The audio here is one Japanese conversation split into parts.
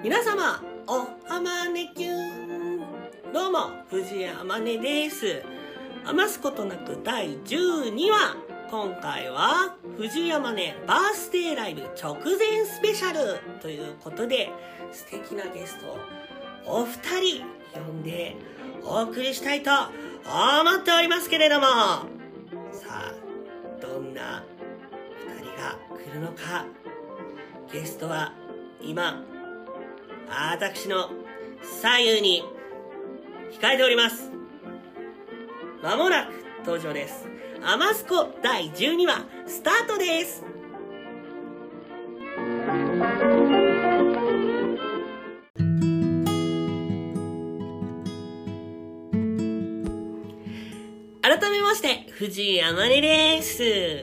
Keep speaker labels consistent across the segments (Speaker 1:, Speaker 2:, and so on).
Speaker 1: 皆様おはまねきゅん。どうも藤井あまねです。余すことなく第12話。今回は藤井あまねバースデーライブ直前スペシャルということで、素敵なゲストをお二人呼んでお送りしたいと思っておりますけれども、さあどんな二人が来るのか。ゲストは今私の左右に控えております。まもなく登場です。アマスコ第12話スタートです。改めまして藤井あまねです。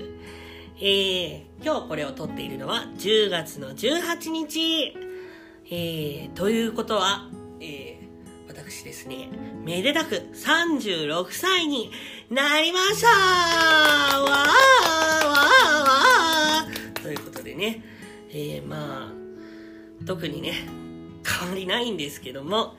Speaker 1: 今日これを撮っているのは10月の18日。ということは、私ですね、めでたく36歳になりました。わーわーわーということでね、まあ特にね変わりないんですけども、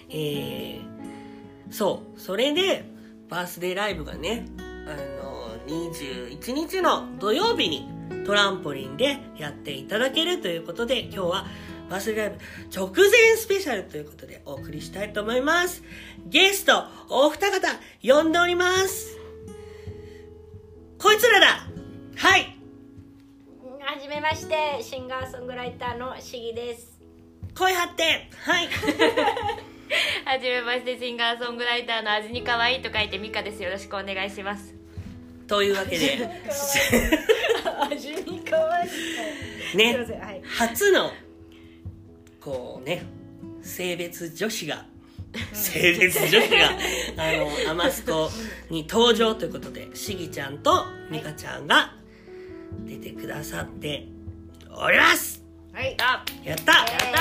Speaker 1: それでバースデーライブがね、21日の土曜日にトランポリンでやっていただけるということで、今日はバースデーライブ直前スペシャルということでお送りしたいと思います。ゲストお二方呼んでおります。こいつらだ。はい、
Speaker 2: はじめまして、シンガーソングライターのしぎです。
Speaker 1: 声張って。はい
Speaker 3: はじめまして、シンガーソングライターの味に可愛いと書いてミカです。よろしくお願いします。
Speaker 1: というわけで
Speaker 2: 味に可愛い
Speaker 1: ね、
Speaker 2: はい、
Speaker 1: 初のこうね性別女子がアマスコに登場ということで、しぎちゃんとミカちゃんが出てくださっております。
Speaker 2: はい、
Speaker 1: やった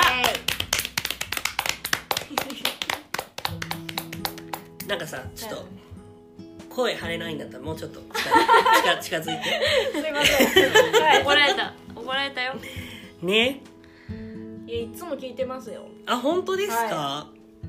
Speaker 1: なんかさ、ちょっと声張れないんだったらもうちょっと近づいて。
Speaker 2: すいません、はい、
Speaker 3: 怒られたよ
Speaker 1: ね。
Speaker 2: いつも聞いてますよ。
Speaker 1: あ、本当ですか？
Speaker 2: はい、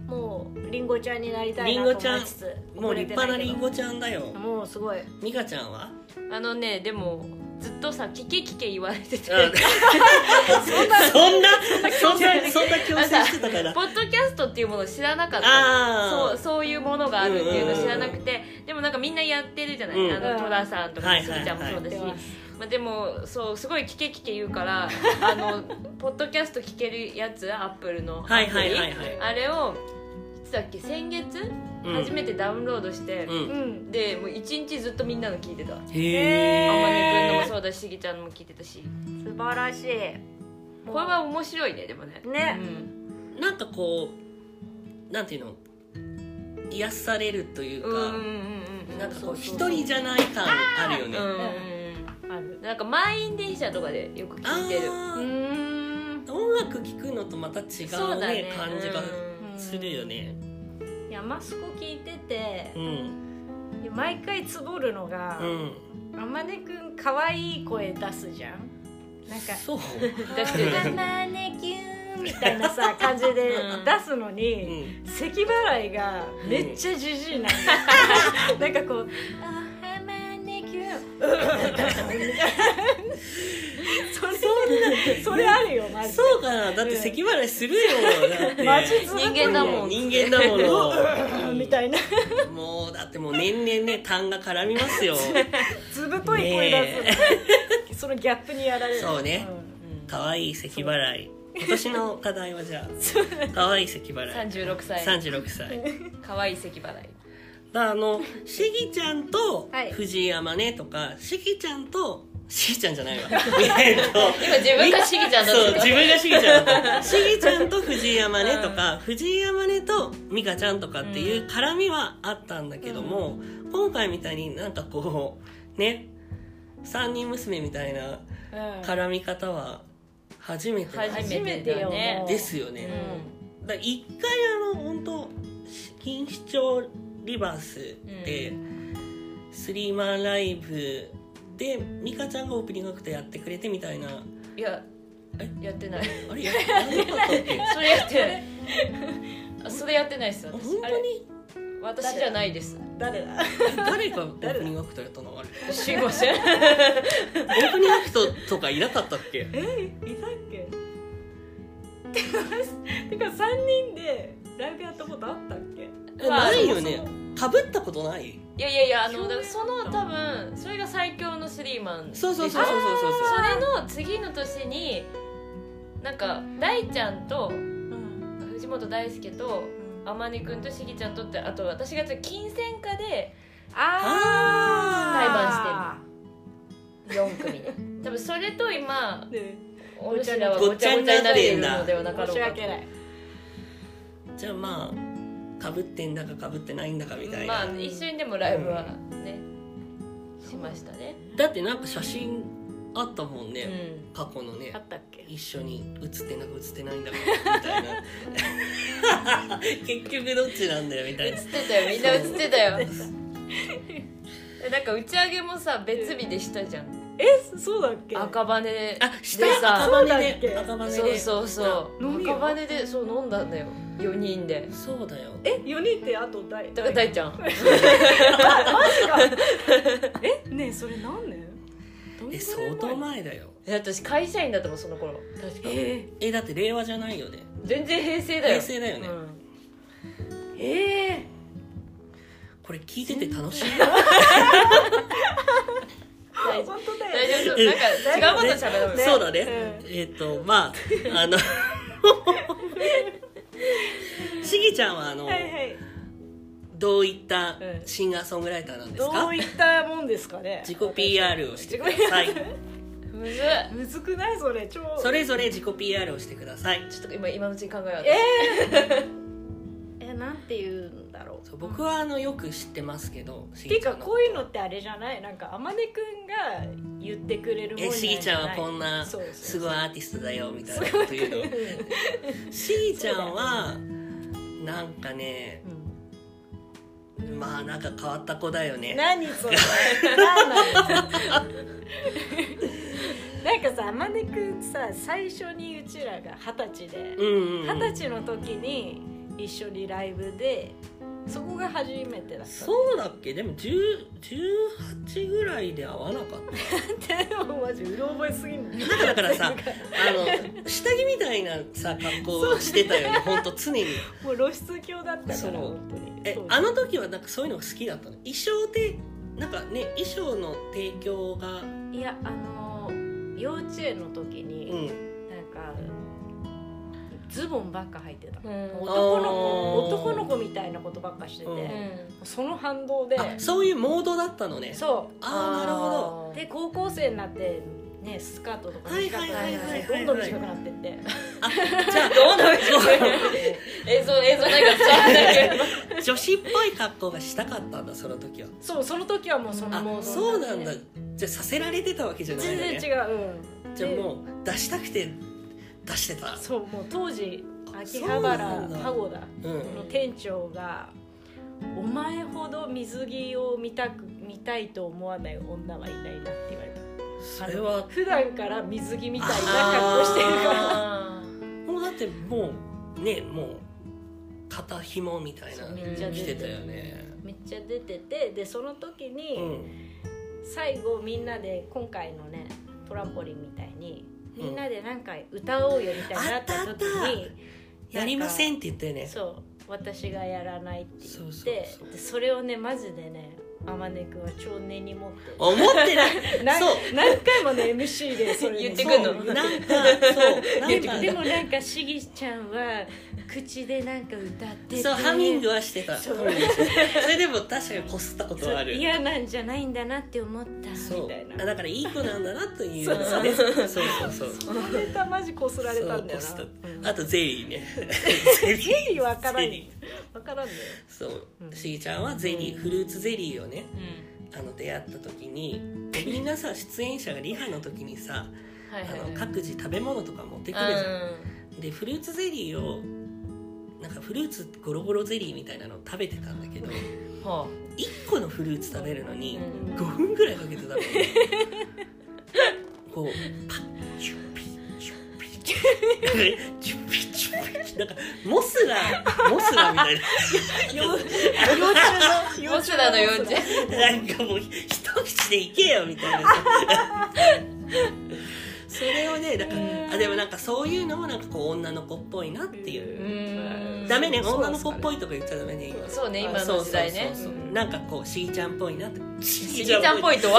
Speaker 2: もうリンゴちゃんになりたいなと思いつつ、
Speaker 1: もう立派なリンゴちゃんだよ。
Speaker 2: もうすごい。
Speaker 1: ミカちゃんは
Speaker 3: でもずっとさキケ言われてて
Speaker 1: そんな強制してたから。
Speaker 3: ポッドキャストっていうものを知らなかった。そういうものがあるっていうのを知らなくて、でもなんかみんなやってるじゃない、トラさんとかすぎちゃんもそうだし、でもそうすごいキケ言うからポッドキャスト聞けるやつ、アップルのアプリ、あれをいつだっけ、先月初めてダウンロードして、でもう1日ずっとみんなの聞いてた。
Speaker 1: へ
Speaker 3: あまねくんのもそうだし、しぎちゃんのも聞いてたし。
Speaker 2: 素晴らしい。
Speaker 3: これは面白いね。でもね、
Speaker 1: なんかこうなんていうの、癒されるというか、なんかこう一人じゃない感あるよね。
Speaker 2: ある。
Speaker 3: なんか満員電車とかでよく聞いてる。
Speaker 1: 音楽聴くのとまた違うね感じがするよね。
Speaker 2: いや、マスコ聞いてて、毎回つぼるのが、あまねくん可愛い声出すじゃん。なんか
Speaker 1: そう
Speaker 3: 出してる。
Speaker 2: あまねきゅんみたいなさ感じで出すのに、咳払いがめっちゃジジイなんだ。なんかこう、あまねきゅんそれあるよ、マジで。
Speaker 1: そうかな。だって咳払いするよ。だって
Speaker 3: 人間だもん。
Speaker 2: みたいな。
Speaker 1: もうだってもう年々ね痰が絡みますよ。
Speaker 2: ずぶとい声出す。そのギャップにやられる。
Speaker 1: そうね。可愛い咳払い。今年の課題はじゃあ可愛い咳払い。
Speaker 3: 36歳可愛い咳払い。
Speaker 1: しぎちゃんと藤井あまねとか、しぎちゃんとしぎちゃんじゃないわ。今
Speaker 3: 自分がしぎちゃんだった。
Speaker 1: そう、自分がしぎちゃんだった。しぎちゃんと藤井あまねとか、藤井あまねとミカちゃんとかっていう絡みはあったんだけども、今回みたいになんかこうね、三人娘みたいな絡み方は初めて
Speaker 3: よね。
Speaker 1: ですよね。だから一回本当錦糸町リバースでスリーマンライブでミカちゃんがオープニングアクトやってくれてみたいな。
Speaker 3: いややってない。
Speaker 1: あれやってなかったっけ？
Speaker 3: それやってないそれやってないです私。
Speaker 1: 本当に？
Speaker 3: 私じゃないです。
Speaker 2: 誰だ？
Speaker 1: 誰がオープニングアクトやったの？あれ
Speaker 3: 知りません。
Speaker 1: オープニングアクトとかいなかったっけ？
Speaker 2: いたっけ？てか3人でライブやったことあったっけ？
Speaker 1: ないよね。かぶったことない？
Speaker 3: いやだからその多分それが最強のスリーマン。
Speaker 1: そうそれ
Speaker 3: の次の年になんか大ちゃんと藤本大輔と天音くんとしぎちゃんとって、あと私が金銭化で対バンしてる4組で多分それと今おうちらはごちゃごちゃになっているのではなかろうか。
Speaker 2: 申し訳ない。
Speaker 1: じゃあまあかぶってんだかかぶってないんだかみたいな。
Speaker 3: まあ一緒にでもライブはね、しましたね。
Speaker 1: だってなんか写真あったもんね、過去のね。
Speaker 2: あったっけ？
Speaker 1: 一緒に写ってんだか写ってないんだかみたいな結局どっちなんだよみたいな。
Speaker 3: 写ってたよ、みんな写ってたよなんか打ち上げもさ別日でしたじゃん。
Speaker 2: そうだっけ？
Speaker 3: 赤羽で
Speaker 1: した
Speaker 3: さ、
Speaker 1: 赤羽で
Speaker 3: そう赤羽でそう飲んだんだよ4人で。
Speaker 1: そうだよ。
Speaker 2: 4人ってあとだ
Speaker 3: から大ちゃん
Speaker 2: マジかねえそれ何年？
Speaker 1: 相当前だよ。
Speaker 3: 私会社員だったもんその頃確か。
Speaker 1: だって令和じゃないよね。
Speaker 3: 全然平成だよ。
Speaker 1: 平成だよね、これ聞いてて楽しい
Speaker 2: 本当だよ。
Speaker 3: 大丈夫。なんか違うこと喋ろうよ。
Speaker 1: そうだね、まあしぎちゃんはどういったシンガーソングライターなんですか？
Speaker 2: どういったもんですかね。
Speaker 1: 自己 PR をしてください。
Speaker 2: むずくない？それ
Speaker 1: それぞれ自己 PR をしてください。
Speaker 3: ちょっと今のうちに考えよ
Speaker 2: う。なんて言うんだろう。
Speaker 1: 僕はよく知ってますけど。
Speaker 2: ていうかこういうのってあれじゃない？なんか天音くんが言ってくれるもんじゃない？
Speaker 1: しぎちゃんはこんなすごいアーティストだよみたいなこと言うの。しぎちゃんはなんかね、まあなんか変わった子だよね。
Speaker 2: 何それ？なんかさ、天音くんさ、最初にうちらが20歳で、20歳の時に一緒にライブで、そこが初めてだった。
Speaker 1: そうだっけ？でも18ぐらいで会わなかった。
Speaker 2: でもマジうろ覚えすぎんの。
Speaker 1: だからさ、下着みたいなさ格好してたよね。本当常に。
Speaker 2: もう露出狂だったから本当に。
Speaker 1: あの時はなんかそういうのが好きだったの？衣装でなんかね、衣装の提供が。
Speaker 2: いや幼稚園の時に、なんかズボンばっか履いてた、男の子みたいなことばっかしてて、その反動で
Speaker 1: そういうモードだったのね。
Speaker 2: そう
Speaker 1: なるほど。
Speaker 2: で高校生になってね、スカートとか短くなってどんどん短くなってって、
Speaker 1: じゃあどんどん
Speaker 3: 映像なんか
Speaker 1: 女子っぽい格好がしたかったんだその時は。
Speaker 2: そう、その時はもうそのモード。
Speaker 1: そうなんだ。じゃあさせられてたわけじゃないのね。
Speaker 2: 全然違う。
Speaker 1: じゃあもう出したくて出してた。
Speaker 2: そう、もう当時秋葉原パゴダの店長が、お前ほど水着を見たいと思わない女はいないなって言われた。
Speaker 1: それは
Speaker 2: 普段から水着みたいな格好してるから
Speaker 1: もうだってもうね、もう肩紐みたいな着てたよね。
Speaker 2: めっちゃ出てて、でその時に、最後みんなで今回のねトランポリンみたいにみんなでなんか歌おうよみたいになった時に、
Speaker 1: やりませんって言ったよね。
Speaker 2: そう、私がやらないって言って、でそれをねマジでね天音くんは超根に持って
Speaker 1: ないそう
Speaker 2: 何回もね MC でそれ
Speaker 3: 言ってくんの。
Speaker 1: なんかそう
Speaker 2: でもなんかしぎちゃんは口でなんか歌ってて、
Speaker 1: そうハミングはしてた。それでも確かにこすったことはある。
Speaker 2: 嫌なんじゃないんだなって思ったみたいな。
Speaker 1: だからいい子なんだなという。そう
Speaker 2: そのネタマジこすられたんだよな。
Speaker 1: あとゼリーね。
Speaker 2: ゼリーわからんね。わからんね。
Speaker 1: そう、しぎちゃんはゼリー、フルーツゼリーをね、出会った時にみんなさ、出演者がリハの時にさ、各自食べ物とか持ってくるじゃん。でフルーツゼリーをなんかフルーツゴロゴロゼリーみたいなのを食べてたんだけど、1個のフルーツ食べるのに5分ぐらいかけてたの。こうパッシュピッシュピッチュピチュピなんかモスラみたいな
Speaker 3: モスラの幼稚
Speaker 1: なんかもう一口でいけよみたいなそれをねだからでもなんかそういうのもなんかこう女の子っぽいなっていうダメね女の子っぽいとか言っちゃダメね今
Speaker 3: そうね今の時代ね
Speaker 1: そうなんかこうしぎちゃんっぽいなって
Speaker 3: しぎちゃんっぽいとは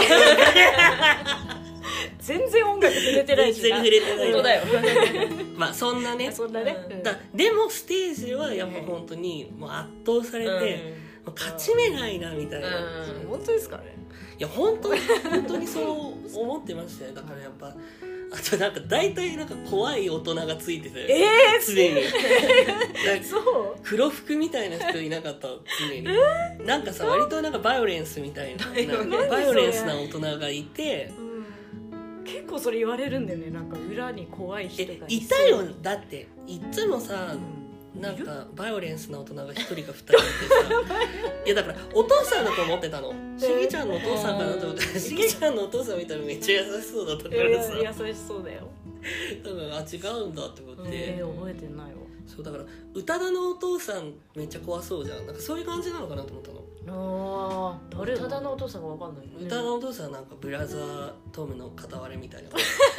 Speaker 2: 全然音楽触れてないしな
Speaker 1: 全然触れてない
Speaker 3: 本当だよ
Speaker 1: まあそんなねでもステージはやっぱ本当にもう圧倒されて、もう勝ち目ないなみたいな、
Speaker 2: 本当ですかね
Speaker 1: いや本当にそう思ってましたよ。だからやっぱあとなんか大体なんか怖い大人がついてて、常にそう黒服みたいな人いなかった常に、なんかさ割となんかバイオレンスみたいなバイオレンスな大人がいて、
Speaker 2: 結構それ言われるんだよね。なんか裏に怖い人が
Speaker 1: いたよ。だっていつもさ、なんかバイオレンスな大人が1人か2人いてさいやだからお父さんだと思ってたの。しぎちゃんのお父さんかなと思ってしぎちゃんのお父さん見たらめっちゃ優しそうだったからさ
Speaker 2: 優しそうだよ。
Speaker 1: だから違うんだって思って、
Speaker 2: 覚えてないわ。
Speaker 1: そうだから宇多田のお父さんめっちゃ怖そうじゃん。なんかそういう感じなのかなと思ったの。
Speaker 2: 宇多田のお父さんが分かんない、
Speaker 1: 宇多田のお父さんはなんかブラザートムの片割れみたいな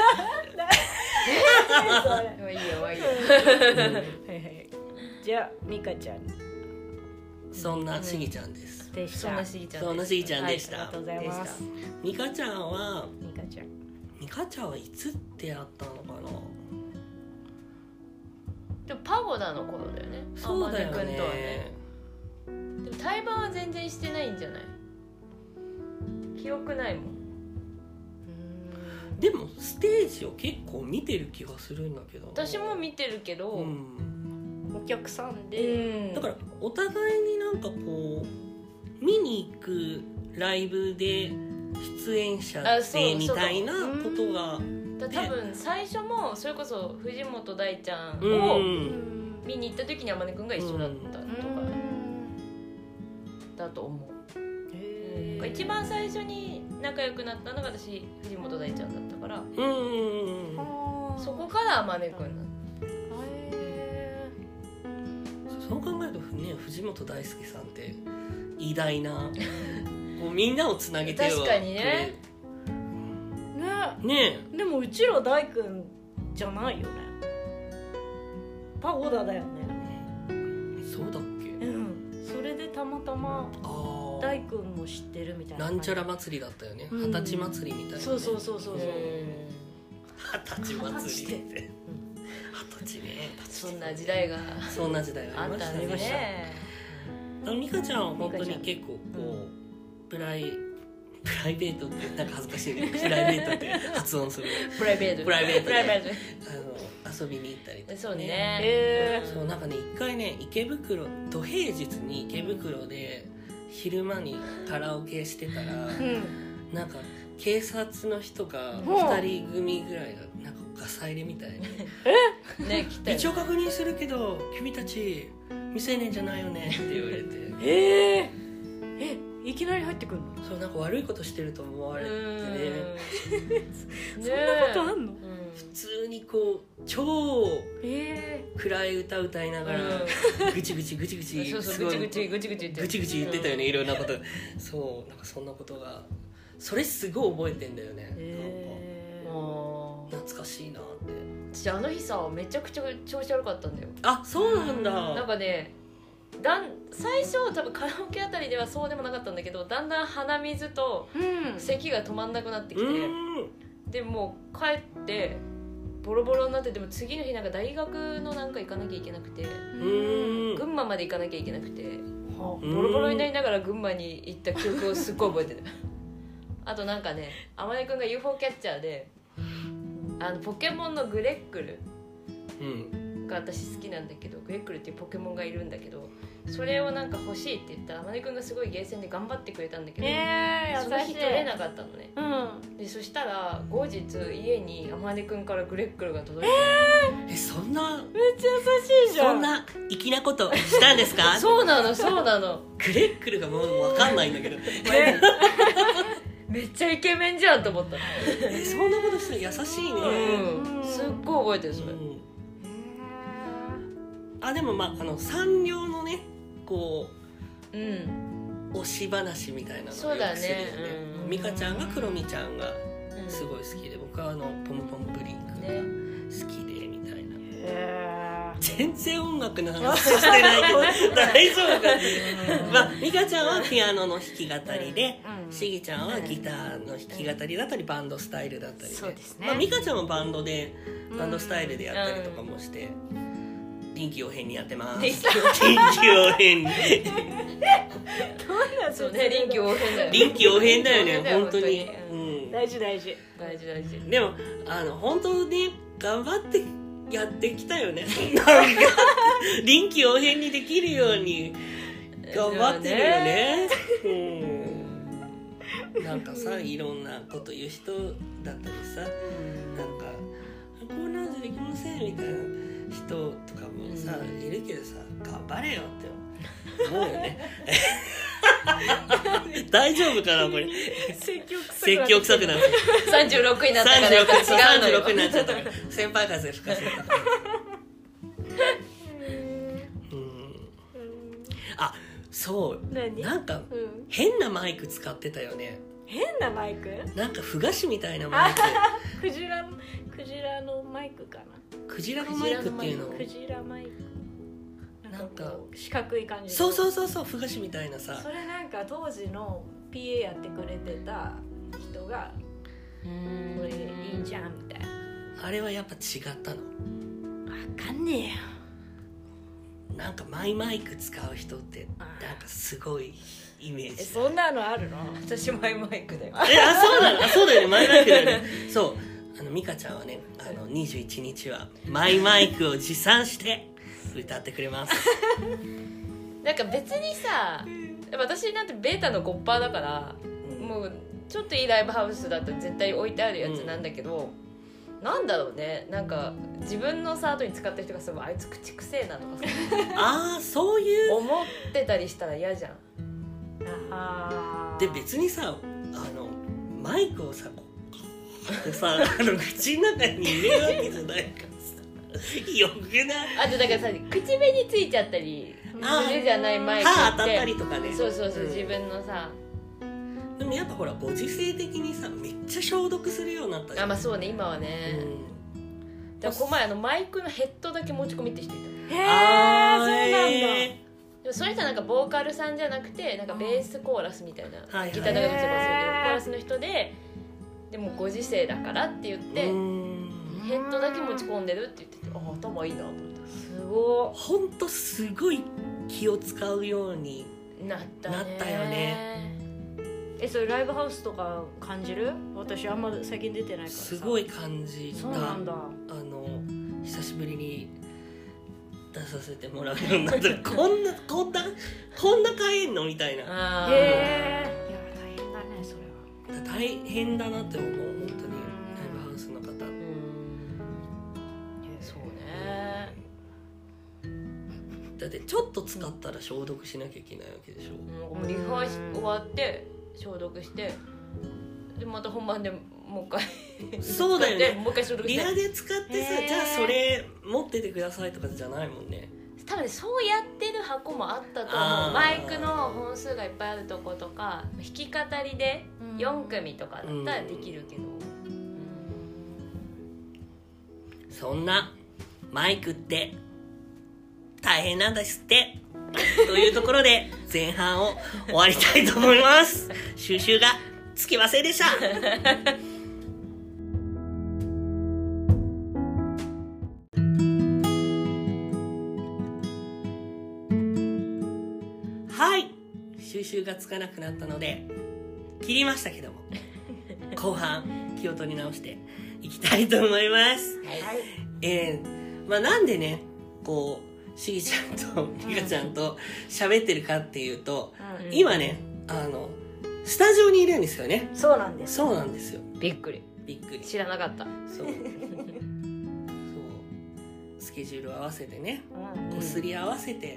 Speaker 3: いいよいいよ
Speaker 2: じゃあミカちゃん
Speaker 1: そんなしぎちゃんです。
Speaker 3: そんなしぎちゃん
Speaker 1: そんなしぎちゃんでした。
Speaker 2: ありがとうございます。
Speaker 1: ミカちゃんはいつ出会ったのかな。
Speaker 3: でもパゴダの頃だよね。
Speaker 1: そうだよね。
Speaker 3: 天音くんとはね。でも対バンは全然してないんじゃない？記憶ないもん。
Speaker 1: でもステージを結構見てる気がするんだけど。
Speaker 3: 私も見てるけど、
Speaker 2: お客さんで、
Speaker 1: だからお互いになんかこう見に行くライブで出演者でみたいなことが
Speaker 3: 多分最初もそれこそ藤本大ちゃんを見に行った時に天音くんが一緒だったとかだと思う。一番最初に仲良くなったのが私藤本大ちゃんだったから、そこから天音くんなの。
Speaker 1: そう考えるとね、藤本大輔さんって偉大なもうみんなをつなげて
Speaker 3: 確かにね
Speaker 2: ねえ。でもうちら大くんじゃないよね。パゴダだよね。
Speaker 1: そうだっけ。
Speaker 2: それでたまたま大くんも知ってるみたいな。
Speaker 1: なんちゃら祭りだったよね。二十歳祭りみたいな、ね。
Speaker 2: そう。
Speaker 1: 二十歳祭りって二十歳ね。
Speaker 3: そんな時代が
Speaker 1: ありましたね。ミカちゃんは本当に結構こうプライベートってなんか恥ずかしいね。プライベートって発音する。
Speaker 3: プライベートで
Speaker 1: 遊びに行ったりとか、ね。
Speaker 3: そうね。
Speaker 1: そうなんかね一回ね池袋土平日に池袋で昼間にカラオケしてたら、なんか警察の人が2人組ぐらいがなんかガサ入れみたいに
Speaker 3: ね来たよ。
Speaker 1: 一応確認するけど君たち未成年じゃないよねって言われて
Speaker 2: いきなり入ってくるの？
Speaker 1: そうなんか悪いことしてると思われてね
Speaker 2: そんなことあんの？
Speaker 1: 普通にこう超暗い歌歌いながらぐちぐちぐちぐち言ってたよね。いろんなことそうなんかそんなことがそれすごい覚えてんだよね。懐かしいなって。
Speaker 3: 私あの日さめちゃくちゃ調子悪かったんだよ。
Speaker 1: あ、そうなんだ。
Speaker 3: なんかね最初多分カラオケあたりではそうでもなかったんだけど、だんだん鼻水と咳が止まんなくなってきて、でもう帰ってボロボロになって、でも次の日なんか大学のなんか行かなきゃいけなくて、群馬まで行かなきゃいけなくて、ボロボロになりながら群馬に行った記憶をすっごい覚えてるあとなんかね、天音くんが UFO キャッチャーでポケモンのグレックルが私好きなんだけど、グレックルっていうポケモンがいるんだけど、それをなんか欲しいって言ったら天音くんがすごいゲーセンで頑張ってくれたんだけど、その日取れなかったのね、でそしたら後日家に天音くんからグレックルが届いて、
Speaker 1: そんな
Speaker 2: めっちゃ優しいじゃん。
Speaker 1: そんな粋なことしたんですか
Speaker 3: そうなの
Speaker 1: グレックルがもう分かんないんだけど
Speaker 3: めっちゃイケメンじゃんと思った。
Speaker 1: そんなことして優しいね、
Speaker 3: すっごい覚えてるそれ、
Speaker 1: でもサンリオのねこう、推し話みたいなのをよくするよね。ミカちゃんがクロミちゃんがすごい好きで、僕はポムポムプリンクが好きでみたいな、全然音楽の話してないけど大丈夫かミカちゃんはピアノの弾き語りで、シギちゃんはギターの弾き語りだったりバンドスタイルだったりで、
Speaker 2: そうですね、
Speaker 1: ミカちゃんもバンドスタイルでやったりとかもして、臨機応変にやってます。臨機応変に
Speaker 3: そうね、臨機応変だよ。
Speaker 1: 臨機応変だよね、本当に。
Speaker 2: 大事。
Speaker 1: でも本当ね頑張ってやってきたよね。なんか臨機応変にできるように頑張ってるよね。なんかさ、いろんなこと言う人だったりさ、なんかこんなんじゃできませんみたいな人とかもさ、いるけどさ、頑張れよって思うよね。大丈夫かなこれ。説教臭くなって
Speaker 3: 36になったからやっぱ違うのよ。
Speaker 1: 36になっちゃったから先輩風吹かせたそうなんか変なマイク使ってたよね。
Speaker 2: 変なマイク？
Speaker 1: なんかふ菓子みたいなマイク。
Speaker 2: クジラのマイクかな。
Speaker 1: クジラのマイクっていうの？
Speaker 2: クジラマイク。
Speaker 1: なんか
Speaker 2: 四角い感じ。
Speaker 1: そうふ菓子みたいなさ。
Speaker 2: それなんか当時の PA やってくれてた人がこれいいんじゃんみたいな。
Speaker 1: あれはやっぱ違ったの？
Speaker 2: わかんねえよ。
Speaker 1: なんかマイマイク使う人ってなんかすごいイメージ。
Speaker 2: そんなのあるの？
Speaker 3: 私マイマイクだよ。
Speaker 1: そうだよね、マイマイクだよね。そうミカちゃんはね21日はマイマイクを持参して歌ってくれます。
Speaker 3: なんか別にさ、私なんてベータの 5% だから、もうちょっといいライブハウスだと絶対置いてあるやつなんだけど、なんだろうね、なんか自分のさ後に使った人があいつ口くせえなとか
Speaker 1: さそういう
Speaker 3: 思ってたりしたら嫌じゃん。
Speaker 1: で別にさマイクをさ口の中に入れるわけじゃないからさ、よくない？
Speaker 3: だからさ、口紅ついちゃったりするじゃない、マイクって
Speaker 1: 歯当たったりとかね。
Speaker 3: そう、自分のさ。
Speaker 1: でもやっぱほらご時世的にさめっちゃ消毒するようになったじゃん。
Speaker 3: そうね、今はね。でもこの前マイクのヘッドだけ持ち込みって人いた。
Speaker 2: そうなんだ。
Speaker 3: でもそれじゃなんかボーカルさんじゃなくて、なんかベースコーラスみたいな、ギターだけでもそうコーラスの人で、でもご時世だからって言ってヘッドだけ持ち込んでるって言ってて、頭いいなと思った。
Speaker 2: すごい。
Speaker 1: ほんとすごい気を使うように
Speaker 3: なった
Speaker 1: よね。
Speaker 2: それライブハウスとか感じる？私あんま最近出てないからさ。
Speaker 1: すごい感じた。
Speaker 2: そうなんだ。
Speaker 1: 久しぶりに出させてもらうようになったらこんな買えんのみたいな。
Speaker 2: いや大変だねそれは。
Speaker 1: 大変だなって思う本当にライブハウスの方。
Speaker 3: そうね。
Speaker 1: だってちょっと使ったら消毒しなきゃいけないわけでしょ。
Speaker 3: リハ終わって消毒してでまた本番でもう一回
Speaker 1: そうだよね。
Speaker 3: もう一回消毒して
Speaker 1: リハで使ってさ、じゃあそれ持っててくださいとかじゃないもんね。
Speaker 3: 多分そうやってる箱もあったと思う。マイクの本数がいっぱいあるとことか弾き語りで4組とかだったらできるけど、
Speaker 1: そんなマイクって大変なんですってというところで前半を終わりたいと思います。収集がつきませんでした。はい、収集がつかなくなったので切りましたけども後半気を取り直していきたいと思います。なんでねこうしぎちゃんとりかちゃんと喋ってるかっていうと、今ねスタジオにいるんですよね。
Speaker 2: そうなんです。
Speaker 1: そうなんですよ。
Speaker 3: びっくり知らなかった。
Speaker 1: そうスケジュールを合わせてね、こすり合わせて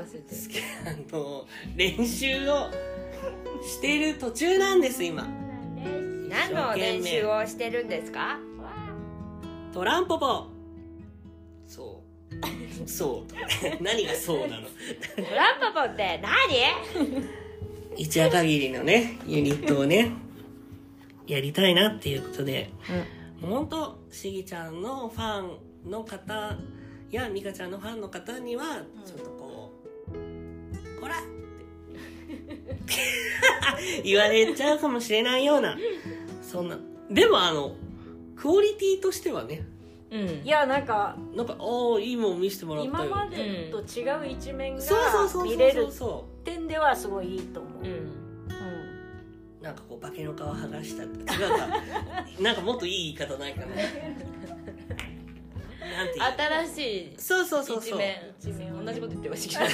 Speaker 1: 練習をしている途中なんです今。
Speaker 3: 何の練習をしてるんですか？
Speaker 1: トランポポ。そう何がそうなの？
Speaker 3: トランポポって何？
Speaker 1: 一夜限りのねユニットをねやりたいなっていうことで、ほんとしぎちゃんのファンの方やみかちゃんのファンの方にはちょっとこう、こらって言われちゃうかもしれないような、そんな。でもクオリティとしてはね、
Speaker 2: いやなんか
Speaker 1: いいもん見せてもらったよ。
Speaker 2: 今までと違う一面が見れる点ではすごいいいと思う。
Speaker 1: なんかこう化けの皮剥がしたとか違うかなんかもっといい言い方ないかな。なんて
Speaker 3: 新しい
Speaker 1: そう
Speaker 3: 一面同じこと言ってましたけ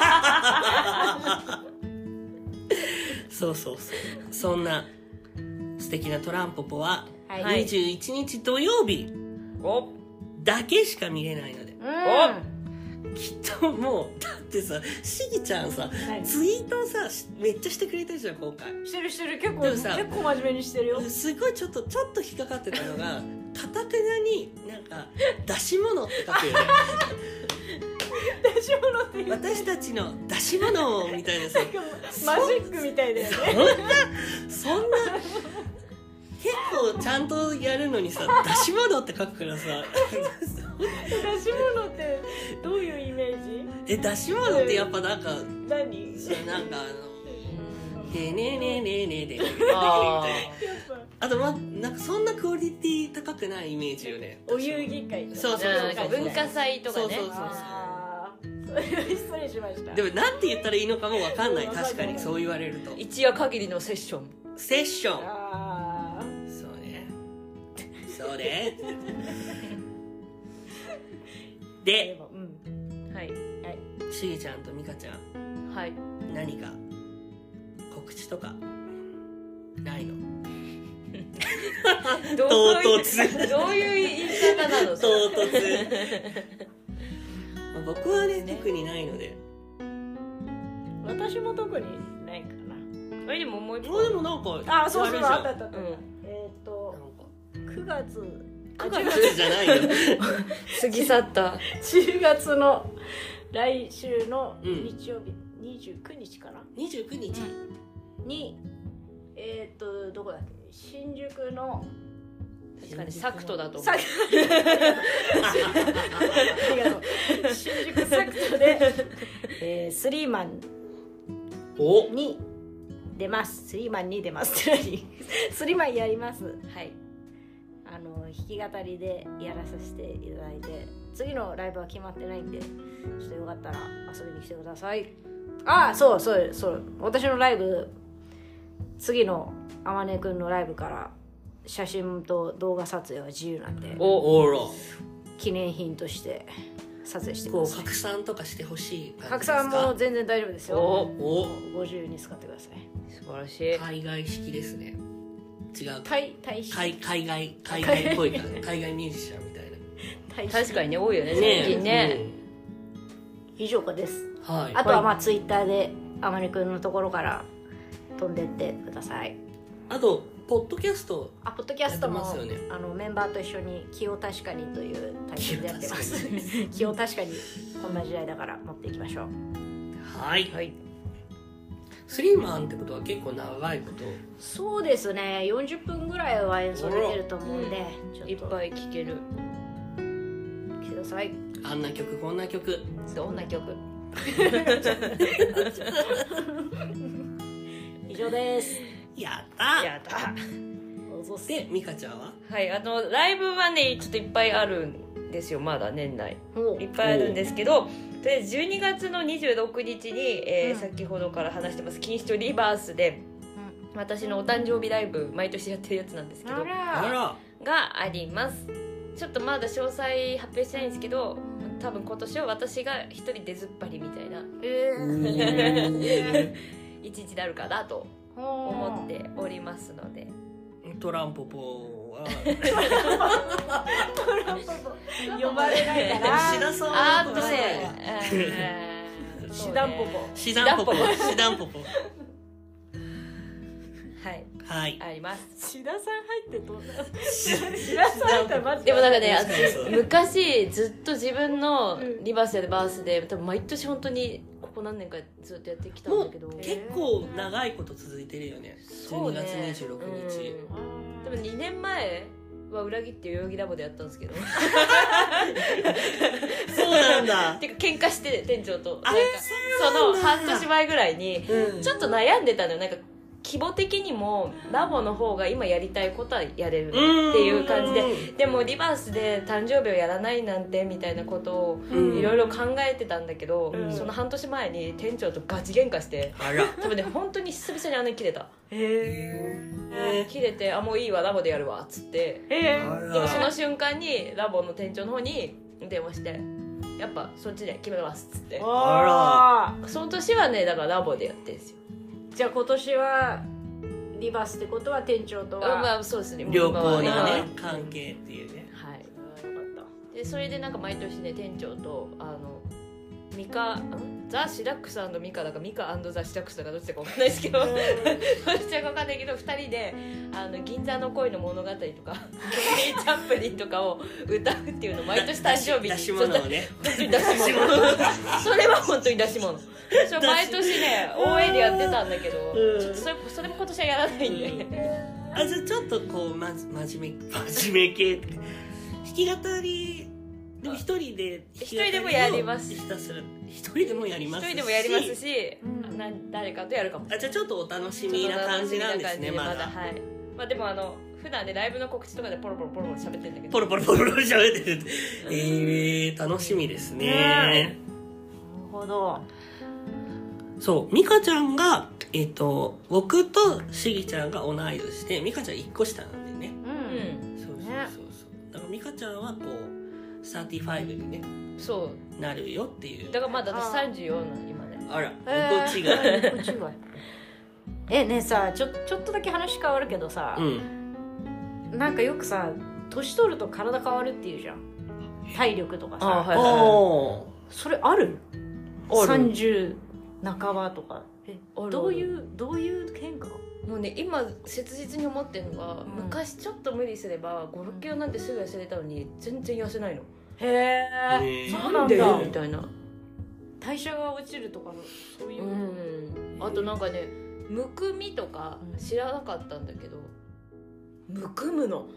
Speaker 1: どそんな素敵なトランポポは21日土曜日だけしか見れないので、きっともうだってさしぎちゃんさツイートさめっちゃしてくれてるじゃん今回。
Speaker 2: してる結構真面目にしてるよ。
Speaker 1: すごいちょっと引っかかってたのがカタカナになんか出し物って書くよね。
Speaker 2: 出し物って
Speaker 1: 私たちの出し物みたいなさ
Speaker 2: マジックみたいだよね。
Speaker 1: そんな結構ちゃんとやるのにさ出し物って書くからさ
Speaker 2: 出し物ってどういうイメージ？
Speaker 1: 出し物ってやっぱなんか
Speaker 2: 何？
Speaker 1: なんかでねねねねであとなんかそんなクオリティ高くないイメージよね。
Speaker 2: お遊戯会とか
Speaker 1: そう
Speaker 3: 文化祭とかね。
Speaker 2: 失礼しました。
Speaker 1: でもなんて言ったらいいのかもわかんない。確かにそう言われると
Speaker 3: 一夜限りのセッションそうねで、しぎちゃんとみかちゃん、何か告知とかないの？唐突どういう言い方なの？
Speaker 1: 唐突僕はね特にないので。
Speaker 2: 私も特にないかな。
Speaker 3: でももう一
Speaker 1: 個でもなんか
Speaker 2: そうあった9月
Speaker 1: じゃないよ
Speaker 3: 過ぎ去った
Speaker 2: 10月の来週の日曜日、29日かな、
Speaker 1: 29日
Speaker 2: にどこだっけ、新宿の
Speaker 3: 確かにサクトだと思う。
Speaker 2: ありがとう。新宿サクトで、スリーマンに出ます。スリーマンに出ますって何？スリーマンやります。はい。弾き語りでやらさせていただいて、次のライブは決まってないんで、ちょっとよかったら遊びに来てください。そう。私のライブ、次のあまねくんのライブから写真と動画撮影は自由なんで、記念品として撮影してください。
Speaker 1: 拡散とかしてほしい
Speaker 2: 感じですか？拡散も全然大丈夫ですよ。ご自由に使ってください。
Speaker 3: 素晴らしい。
Speaker 1: 海外式ですね。違う。
Speaker 2: 海
Speaker 1: 外っぽいからね。海外ミュージシャンみたいな。
Speaker 3: 確かにね、多いよね最近ね。
Speaker 2: 以上です。あとはツイッターであまねくんのところから飛んでってください。
Speaker 1: あとポッドキャスト
Speaker 2: もメンバーと一緒に気を確かにというタイトルでやってます。気を確かにこんな時代だから持っていきましょう。
Speaker 1: はい。スリーマンってことは結構長いこと？
Speaker 2: そうですね、40分ぐらいは演奏できると思うんで、ちょっと
Speaker 3: いっぱい聴ける。
Speaker 2: 来てください。
Speaker 1: あんな曲こんな曲、
Speaker 3: どんな曲？
Speaker 2: 以上です。
Speaker 1: やった
Speaker 2: で、
Speaker 1: ミカちゃんは？
Speaker 3: はい、ライブはねちょっといっぱいあるんですよ。まだ年内いっぱいあるんですけど、とりあえず12月の26日に、先ほどから話してます錦糸町リバースで、私のお誕生日ライブ毎年やってるやつなんですけどがあります。ちょっとまだ詳細発表してないんですけど、多分今年は私が一人出ずっぱりみたいな一日になるかなと思っておりますので。
Speaker 1: トランポポは
Speaker 2: 呼ばれないから
Speaker 1: シダソン
Speaker 2: シダンポポ
Speaker 1: シダンポポ
Speaker 3: はいあります。
Speaker 2: 志田さん入ってどうなの？志田さん入ったらマジで。
Speaker 3: でもなんかね、私昔ずっと自分のリバースやバースで多分毎年本当にここ何年かずっとやってきたんだけど、
Speaker 1: 結構長いこと続いてるよね。12月26日。
Speaker 3: 多分2年前は裏切って代々木ラボでやったんですけど
Speaker 1: そうなんだ
Speaker 3: てか喧嘩して店長となんかその半年前ぐらいにちょっと悩んでたのよ。なんか規模的にもラボの方が今やりたいことはやれるっていう感じで、でもリバースで誕生日をやらないなんてみたいなことをいろいろ考えてたんだけど、その半年前に店長とガチ喧嘩して、多分ね本当に久々にあの切れた。切れて、あもういいわラボでやるわっつって、でもその瞬間にラボの店長の方に電話して、やっぱそっちで決めますっつって、その年はねだからラボでやってるんですよ。
Speaker 2: じゃあ今年はリバースってことは店長とは、
Speaker 3: まあそうですね、
Speaker 1: 良好なね関係っていうね。
Speaker 3: はい。でそれでなんか毎年ね店長とミカザ・シダックス&ミカだかミカ&ザ・シダックスだかどっちだか分かんないですけどどっちだか分かんないけど2人で銀座の恋の物語とかチャップリンとかを歌うっていうのを毎年誕生日に
Speaker 1: 出し物をね、
Speaker 3: 本当に出し物それは本当に出し物それ毎年ね応援でやってたんだけど、ちょっとそれも今年はやらないんで、
Speaker 1: じゃあちょっとこう真面目系弾き語りでも一人で
Speaker 3: もやります。
Speaker 1: ひたすら一人でもやりますし、
Speaker 3: 誰かとやるかもしれない。
Speaker 1: じゃあちょっとお楽しみな感じなんですね。まだ
Speaker 3: はい。まあでも普段ねライブの告知とかでポロポロ喋ってるんだけど。
Speaker 1: ポロポロ喋ってる。楽しみですね。なる
Speaker 2: ほど。
Speaker 1: そう、ミカちゃんが僕とシギちゃんが同い年で、ミカちゃん1個下なんでね。そう。だからミカちゃんはこう。35にねそうなるよっていう。
Speaker 3: だからまだ私34なの今ね。
Speaker 1: あら5個違い
Speaker 2: ねえさ、ちょっとだけ話変わるけどさ、なんかよくさ年取ると体変わるっていうじゃん、体力とかさ。それある？30半ばとかどういう変化？
Speaker 3: もうね今切実に思ってるのが、昔ちょっと無理すれば5、6キロなんてすぐ痩せれたのに全然痩せないの。
Speaker 2: へえ、そうなんだ
Speaker 3: みたいな。
Speaker 2: 代謝が落ちるとかのそういう、
Speaker 3: あとなんかねむくみとか知らなかったんだけど、むくむの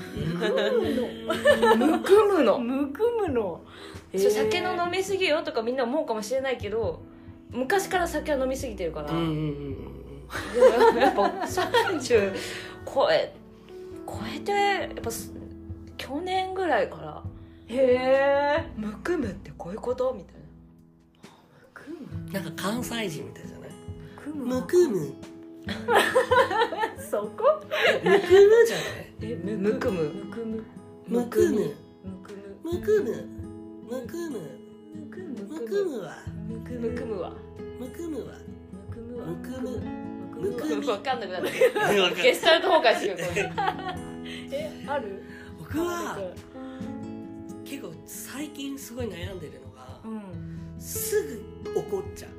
Speaker 3: 酒の飲みすぎよとかみんな思うかもしれないけど、昔から酒は飲みすぎてるから、でもやっぱ30超えてやっぱ去年ぐらいからむくむってこういうことみたい
Speaker 1: な。なんか関西人みたいじゃない？むくむ
Speaker 2: そこ？
Speaker 1: むくむじゃない？
Speaker 3: むくむわかんなくなったゲスタルト崩壊するよこ
Speaker 2: れ。ある？
Speaker 1: 僕は結構最近すごい悩んでるのが、すぐ怒っちゃう。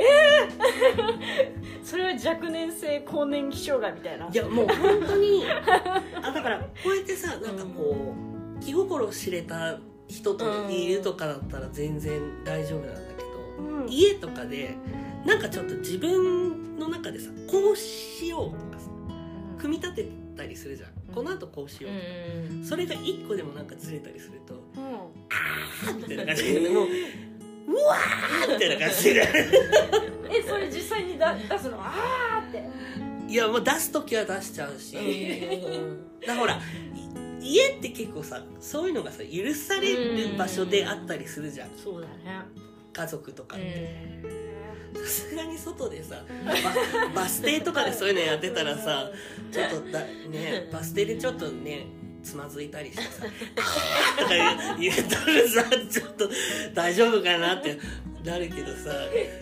Speaker 2: それは若年性更年期障害みたいな。
Speaker 1: いやもう本当にだからこうやってさ、なんかこう気心知れた人といるとかだったら全然大丈夫なんだけど、家とかでなんかちょっと自分の中でさ、こうしようとかさ、組み立てたりするじゃん。この後こうしようとか、それが一個でもなんかずれたりすると、あーみたいな感じでもううわーみたいな感じで
Speaker 2: それ実際に出すの？あーって。
Speaker 1: いやもう出す時は出しちゃうし、だからほら家って結構さ、そういうのがさ許される場所であったりするじゃん。
Speaker 2: そうだね。
Speaker 1: 家族とかってさすがに外でさバス停とかでそういうのやってたらさ、ちょっとねバス停でちょっとねつまずいたりしてさとか言ったらさ、ちょっと大丈夫かなってなるけどさ、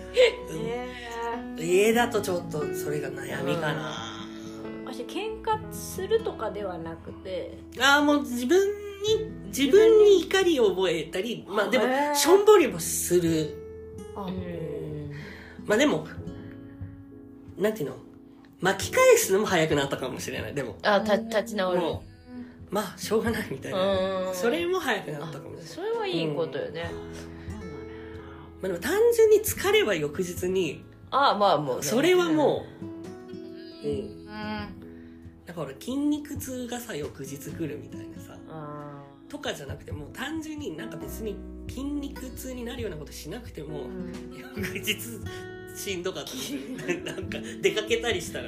Speaker 1: 家だとちょっとそれが悩みかな。
Speaker 2: 喧嘩するとかではなくて、
Speaker 1: もう自分に怒りを覚えたり、まあでもしょんぼりもする。まあでもなんていうの、 巻き返すのも早くなったかもしれない。でも
Speaker 3: 立ち直る、
Speaker 1: もうまあしょうがないみたいな、それも早くなったかもしれない。
Speaker 3: それはいいことよね。
Speaker 1: まあ、でも単純に疲れは翌日に、
Speaker 3: まあもう、ね、
Speaker 1: それはもう、だから筋肉痛がさ翌日来るみたいなさとかじゃなくて、もう単純になんか別に筋肉痛になるようなことしなくても、翌日しんどかったなんか出かけたりしたら、
Speaker 2: あ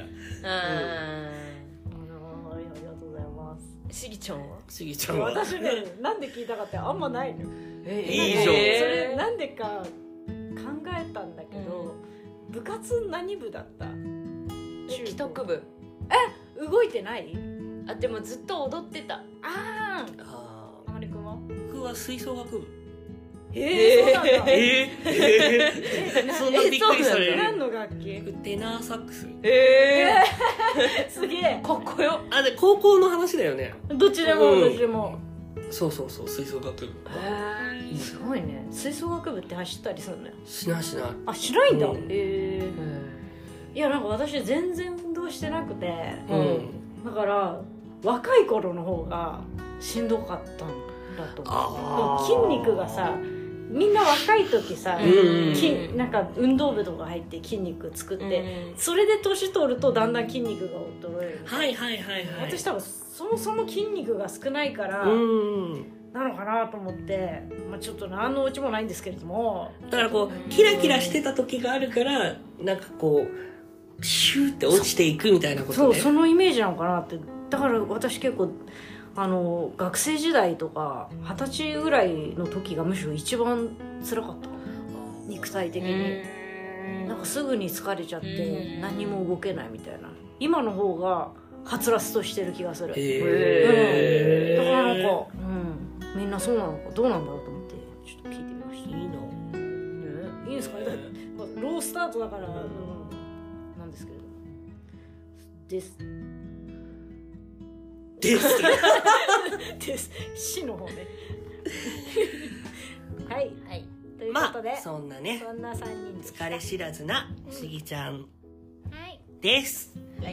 Speaker 2: りがとうございます。
Speaker 3: しぎちゃんは？
Speaker 1: しぎちゃんは
Speaker 2: 私ね、なんで聞いたかってあんまないの。
Speaker 1: いいじゃん。
Speaker 2: それなんでか考えたんだけど、部活何部だった？
Speaker 3: 帰宅部。
Speaker 2: 動いてない？
Speaker 3: でもずっと踊ってた。
Speaker 2: あまりくんは？
Speaker 1: 僕は吹奏楽部。
Speaker 2: そうなんだ。
Speaker 1: そんなびっくりされる。
Speaker 2: 何の楽器？
Speaker 1: テナーサックス。
Speaker 2: すげえ。
Speaker 3: かっこよ。
Speaker 1: で高校の話だよね。
Speaker 2: どっちでもどっちでも。
Speaker 1: そう吹奏楽部。
Speaker 2: すごいね。吹奏楽部って走ったりするのよ。
Speaker 1: しない。
Speaker 2: しないんだ。いやなんか私全然運動してなくて、だから若い頃の方がしんどかったんだと思う。筋肉がさ、みんな若い時さ、なんか運動部とか入って筋肉作って、それで年取るとだんだん筋肉が衰える。私多分そもそも筋肉が少ないからなのかなと思って、ちょっと何のうちもないんですけれども、
Speaker 1: だからこうキラキラしてた時があるから、なんかこうシューって落ちていくみたいなことね。
Speaker 2: そのイメージなのかなって。だから私結構学生時代とか20歳ぐらいの時がむしろ一番辛かった。肉体的になんかすぐに疲れちゃって何も動けないみたいな。今の方がはつらつとしてる気がする。だからなんか、みんなそうなのかどうなんだろうと思ってちょっと聞いてみました。いいの？いいんですかね。ロースタートだからなんですけれどです死の方ね。はい、ということで、
Speaker 1: そんなね、
Speaker 2: そんな3人でした。
Speaker 1: 疲れ知らずなしぎちゃんです。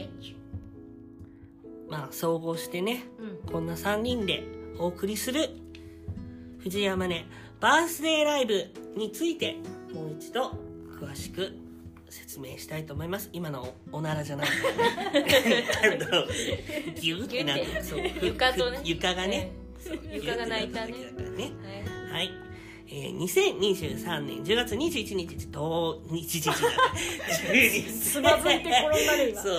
Speaker 1: 総合してね、こんな3人でお送りする藤山根バースデーライブについてもう一度詳しく説明したいと思います。今のおならじゃないギュってなって、
Speaker 3: 床とね、
Speaker 1: 床がね、
Speaker 3: 床が泣いたね。
Speaker 1: はい。2023年10月21日つ
Speaker 2: まずいて転んだね今。
Speaker 1: そう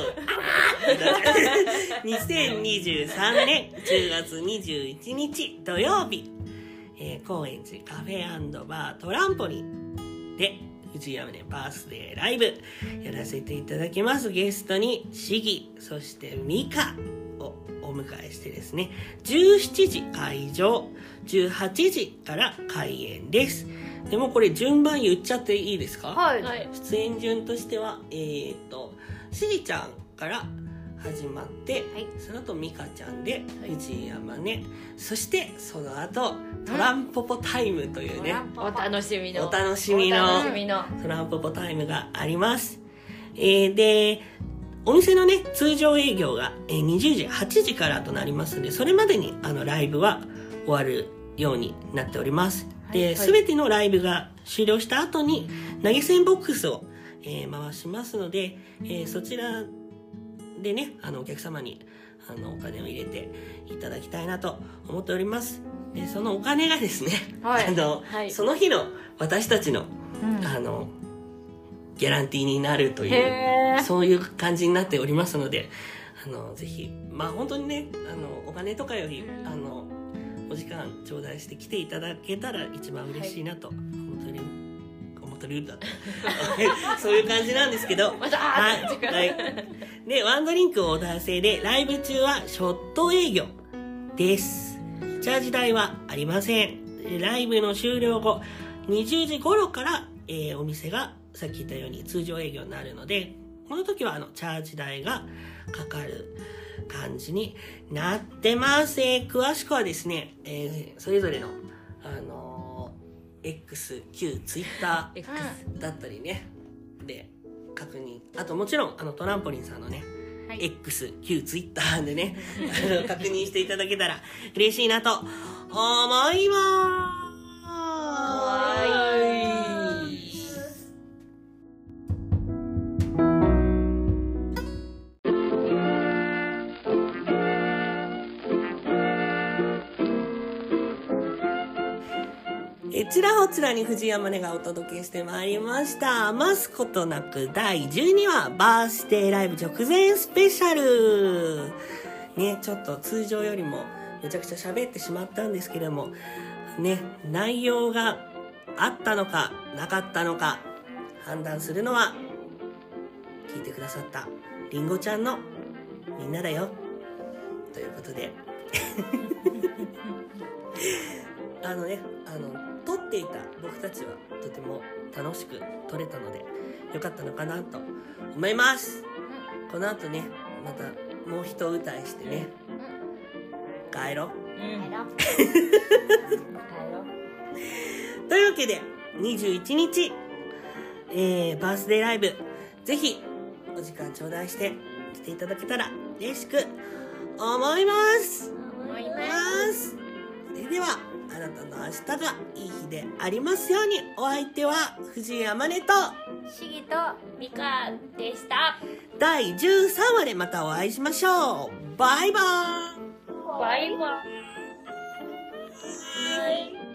Speaker 1: 。2023年10月21日土曜日、高円寺カフェ&バートランポリンで藤山根バースデーライブやらせていただきます。ゲストにシギ、そしてミカをお迎えしてですね、17時会場、18時から開演です。でもこれ順番言っちゃっていいですか？
Speaker 2: はい。
Speaker 1: 出演順としてはシギちゃんから始まって、その後ミカちゃんで藤山根、そしてその後トランポポタイムというね、
Speaker 3: お楽しみの
Speaker 1: トランポポタイムがあります。でお店のね通常営業が20時8時からとなりますので、それまでにライブは終わるようになっております。で、全てのライブが終了した後に投げ銭ボックスを、回しますので、そちらでねお客様にお金を入れていただきたいなと思っております。でそのお金がですね、その日の私たちの、ギャランティーになるというそういう感じになっておりますので、ぜひ本当にねお金とかよりお時間頂戴して来ていただけたら一番嬉しいなと思ってるんだってそういう感じなんですけど、でワンドリンクをオーダー制でライブ中はショット営業です。チャージ代はありません。ライブの終了後20時頃から、お店がさっき言ったように通常営業になるので、この時はチャージ代がかかる感じになってます。詳しくはですね、それぞれのX、旧 Twitter だったりねで確認、あともちろんトランポリンさんのね、
Speaker 3: はい、
Speaker 1: X 旧 Twitter でね確認していただけたら嬉しいなと思います。ちらほちらに藤山根がお届けしてまいりました。余すことなく第12話バースデーライブ直前スペシャルね、ちょっと通常よりもめちゃくちゃ喋ってしまったんですけれどもね、内容があったのかなかったのか判断するのは聞いてくださったりんごちゃんのみんなだよということで撮っていた僕たちはとても楽しく撮れたのでよかったのかなと思います。この後ね、またもう一歌いしてね、帰ろう。というわけで21日、バースデーライブぜひお時間頂戴して来ていただけたら嬉しく思います。それではあなたの明日がいい日でありますように。お相手は藤井天音と
Speaker 3: しぎとみかでした。
Speaker 1: 第13話でまたお会いしましょう。バイバーイ。
Speaker 3: バイバイ。